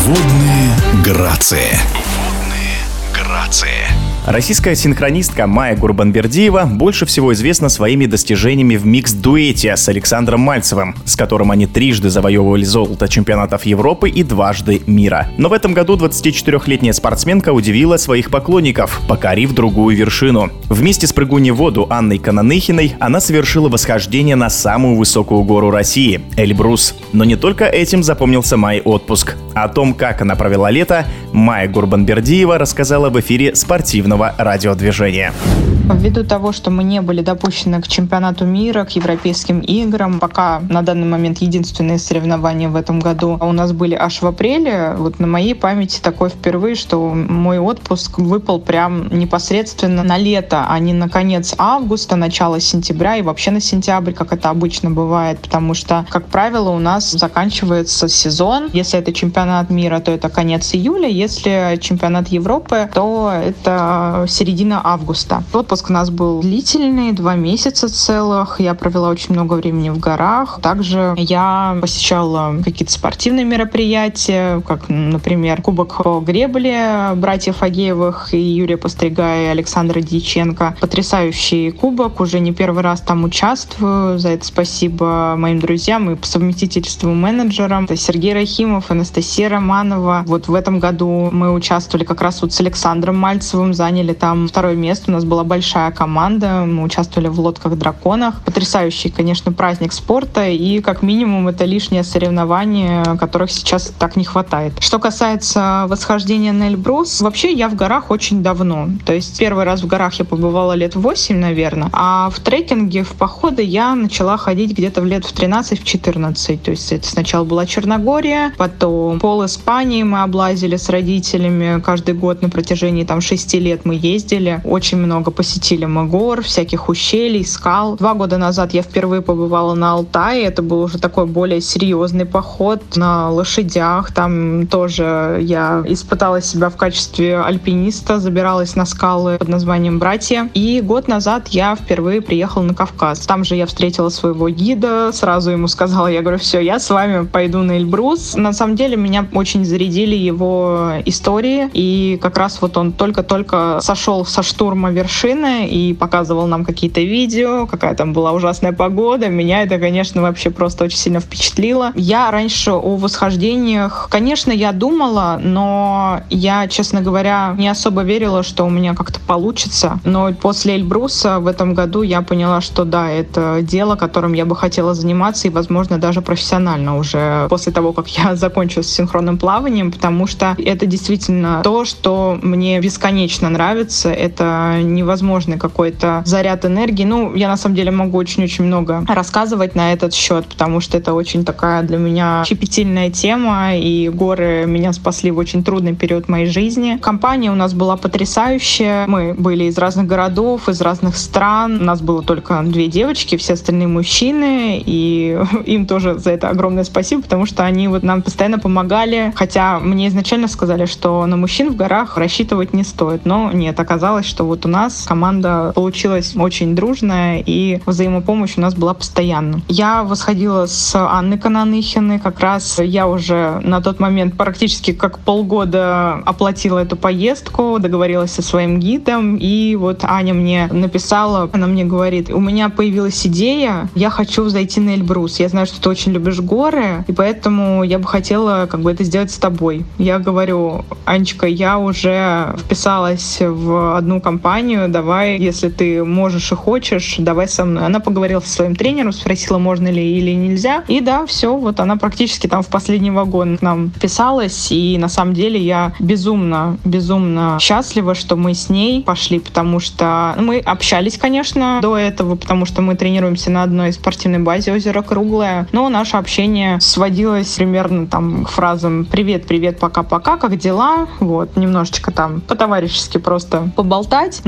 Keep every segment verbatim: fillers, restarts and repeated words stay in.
Водные грации. Водные грации. Российская синхронистка Майя Гурбанбердиева больше всего известна своими достижениями в микс-дуэте с Александром Мальцевым, с которым они трижды завоевывали золото чемпионатов Европы и дважды мира. Но в этом году двадцатичетырехлетняя спортсменка удивила своих поклонников, покорив другую вершину. Вместе с прыгуньей в воду Анной Кананыхиной она совершила восхождение на самую высокую гору России – Эльбрус. Но не только этим запомнился Майе отпуск. О том, как она провела лето, Майя Гурбанбердиева рассказала в эфире спортивного радиодвижения. Ввиду того, что мы не были допущены к чемпионату мира, к европейским играм, пока на данный момент единственные соревнования в этом году у нас были аж в апреле, вот на моей памяти такое впервые, что мой отпуск выпал прям непосредственно на лето, а не на конец августа, начало сентября и вообще на сентябрь, как это обычно бывает, потому что, как правило, у нас заканчивается сезон. Если это чемпионат мира, то это конец июля, если чемпионат Европы, то это середина августа. Отпуск у нас был длительный, два месяца целых. Я провела очень много времени в горах. Также я посещала какие-то спортивные мероприятия, как, например, Кубок по гребле братьев Агеевых и Юрия Постригая и Александра Дьяченко. Потрясающий кубок. Уже не первый раз там участвую. За это спасибо моим друзьям и по совместительству менеджерам. Это Сергей Рахимов, Анастасия Романова. Вот в этом году мы участвовали как раз вот с Александром Мальцевым, заняли там второе место. У нас была большая команда, мы участвовали в лодках-драконах. Потрясающий, конечно, праздник спорта, и как минимум это лишнее соревнование, которых сейчас так не хватает. Что касается восхождения на Эльбрус, вообще я в горах очень давно. То есть первый раз в горах я побывала лет восемь, наверное, а в трекинге, в походы я начала ходить где-то в лет в тринадцать-четырнадцать. То есть это сначала была Черногория, потом пол Испании мы облазили с родителями каждый год на протяжении там шести лет мы ездили. Очень много посетили мы гор, всяких ущелий, скал. Два года назад я впервые побывала на Алтае. Это был уже такой более серьезный поход на лошадях. Там тоже я испытала себя в качестве альпиниста, забиралась на скалы под названием «Братья». И год назад я впервые приехала на Кавказ. Там же я встретила своего гида, сразу ему сказала, я говорю, все, я с вами пойду на Эльбрус. На самом деле меня очень зарядили его истории, и как раз вот он только-только сошел со штурма вершины и показывал нам какие-то видео, какая там была ужасная погода. Меня это, конечно, вообще просто очень сильно впечатлило. Я раньше о восхождениях, конечно, я думала, но я, честно говоря, не особо верила, что у меня как-то получится. Но после Эльбруса в этом году я поняла, что да, это дело, которым я бы хотела заниматься, и, возможно, даже профессионально уже после того, как я закончу с синхронным плаванием, потому что это действительно то, что мне бесконечно нравится. Это невозможный какой-то заряд энергии. Ну, я на самом деле могу очень-очень много рассказывать на этот счет, потому что это очень такая для меня щепетильная тема, и горы меня спасли в очень трудный период моей жизни. Компания у нас была потрясающая. Мы были из разных городов, из разных стран. У нас было только две девочки, все остальные мужчины, и им тоже за это огромное спасибо, потому что они вот нам постоянно помогали, хотя мне изначально сказали, что на мужчин в горах рассчитывать не стоит, но нет, оказалось, что вот у нас команда получилась очень дружная, и взаимопомощь у нас была постоянно. Я восходила с Анной Кананыхиной, как раз я уже на тот момент практически как полгода оплатила эту поездку, договорилась со своим гидом, и вот Аня мне написала, она мне говорит, у меня появилась идея, я хочу зайти на Эльбрус, я знаю, что ты очень любишь горы, и поэтому я бы хотела как бы это сделать с тобой. Я говорю, Анечка, я уже вписалась в одну компанию, давай, если ты можешь и хочешь, давай со мной. Она поговорила со своим тренером, спросила, можно ли или нельзя. И да, все, вот она практически там в последний вагон к нам вписалась. И на самом деле я безумно, безумно счастлива, что мы с ней пошли, потому что мы общались, конечно, до этого, потому что мы тренируемся на одной спортивной базе «Озеро Круглое», но наше общение сводилось примерно там к фразам «Привет, привет, пока-пока, как дела?» Вот, немножечко там по-товарищески просто поболтать, но как-то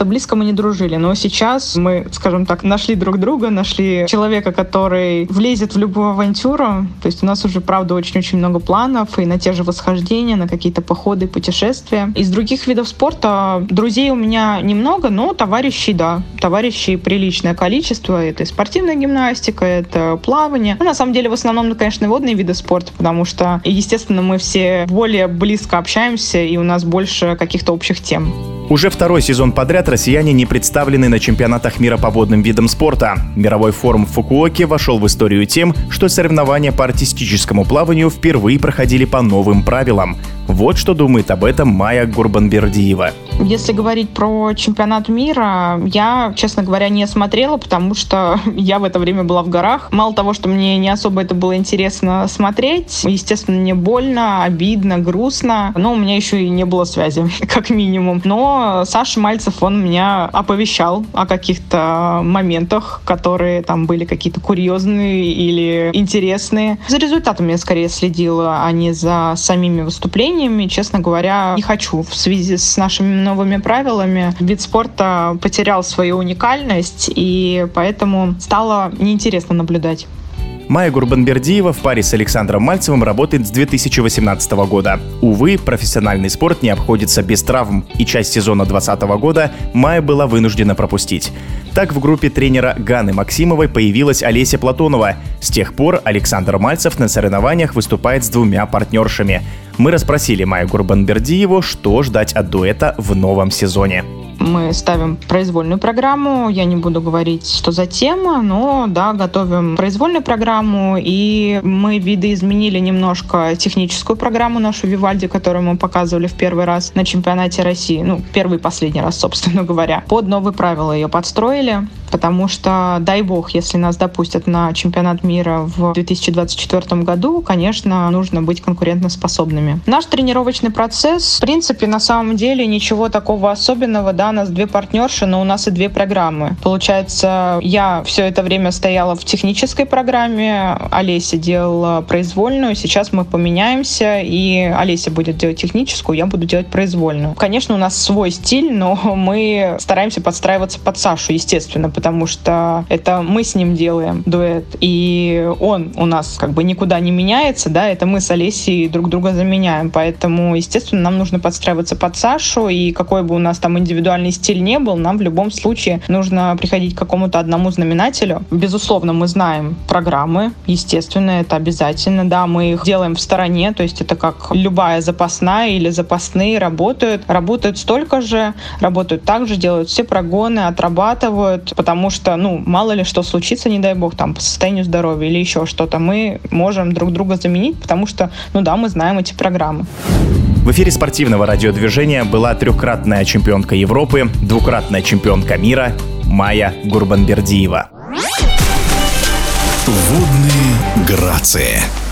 как-то близко мы не дружили. Но сейчас мы, скажем так, нашли друг друга, нашли человека, который влезет в любую авантюру. То есть у нас уже, правда, очень-очень много планов и на те же восхождения, на какие-то походы, путешествия. Из других видов спорта друзей у меня немного, но товарищей, да. Товарищей приличное количество. Это и спортивная гимнастика, это плавание. Ну, на самом деле, в основном, ну, конечно, водные виды спорта, потому что, естественно, мы все более близко общаемся, и у нас больше каких-то общих тем. Уже второй сезон подряд россияне не представлены на чемпионатах мира по водным видам спорта. Мировой форум в Фукуоке вошел в историю тем, что соревнования по артистическому плаванию впервые проходили по новым правилам. Вот что думает об этом Майя Гурбанбердиева. Если говорить про чемпионат мира, я, честно говоря, не смотрела, потому что я в это время была в горах. Мало того, что мне не особо это было интересно смотреть, естественно, мне больно, обидно, грустно, но у меня еще и не было связи, как минимум. Но Саша Мальцев, он меня оповещал о каких-то моментах, которые там были какие-то курьезные или интересные. За результатами я скорее следила, а не за самими выступлениями. Честно говоря, не хочу в связи с нашими новыми правилами. Вид спорта потерял свою уникальность, и поэтому стало неинтересно наблюдать. Майя Гурбанбердиева в паре с Александром Мальцевым работает с две тысячи восемнадцатого года. Увы, профессиональный спорт не обходится без травм, и часть сезона двадцатого года Майя была вынуждена пропустить. Так в группе тренера Ганы Максимовой появилась Олеся Платонова. С тех пор Александр Мальцев на соревнованиях выступает с двумя партнершами. Мы расспросили Майю Гурбанбердиеву, что ждать от дуэта в новом сезоне. Мы ставим произвольную программу, я не буду говорить, что за тема, но да, готовим произвольную программу, и мы видоизменили немножко техническую программу нашу Вивальди, которую мы показывали в первый раз на чемпионате России, ну, первый и последний раз, собственно говоря. Под новые правила ее подстроили, потому что, дай бог, если нас допустят на чемпионат мира в две тысячи двадцать четвёртом году, конечно, нужно быть конкурентоспособными. Наш тренировочный процесс, в принципе, на самом деле ничего такого особенного, да, у нас две партнерши, но у нас и две программы. Получается, я все это время стояла в технической программе, Олеся делала произвольную, сейчас мы поменяемся, и Олеся будет делать техническую, я буду делать произвольную. Конечно, у нас свой стиль, но мы стараемся подстраиваться под Сашу, естественно, потому что это мы с ним делаем дуэт, и он у нас как бы никуда не меняется, да, это мы с Олесей друг друга заменяем, поэтому, естественно, нам нужно подстраиваться под Сашу, и какой бы у нас там индивидуальный стиль не был, нам в любом случае нужно приходить к какому-то одному знаменателю. Безусловно, мы знаем программы, естественно, это обязательно, да, мы их делаем в стороне, то есть это как любая запасная или запасные работают, работают столько же, работают так же, делают все прогоны, отрабатывают, потому что, ну, мало ли что случится, не дай бог, там, по состоянию здоровья или еще что-то, мы можем друг друга заменить, потому что, ну да, мы знаем эти программы. В эфире спортивного радиодвижения была трехкратная чемпионка Европы, двукратная чемпионка мира Майя Гурбанбердиева. Водные грации.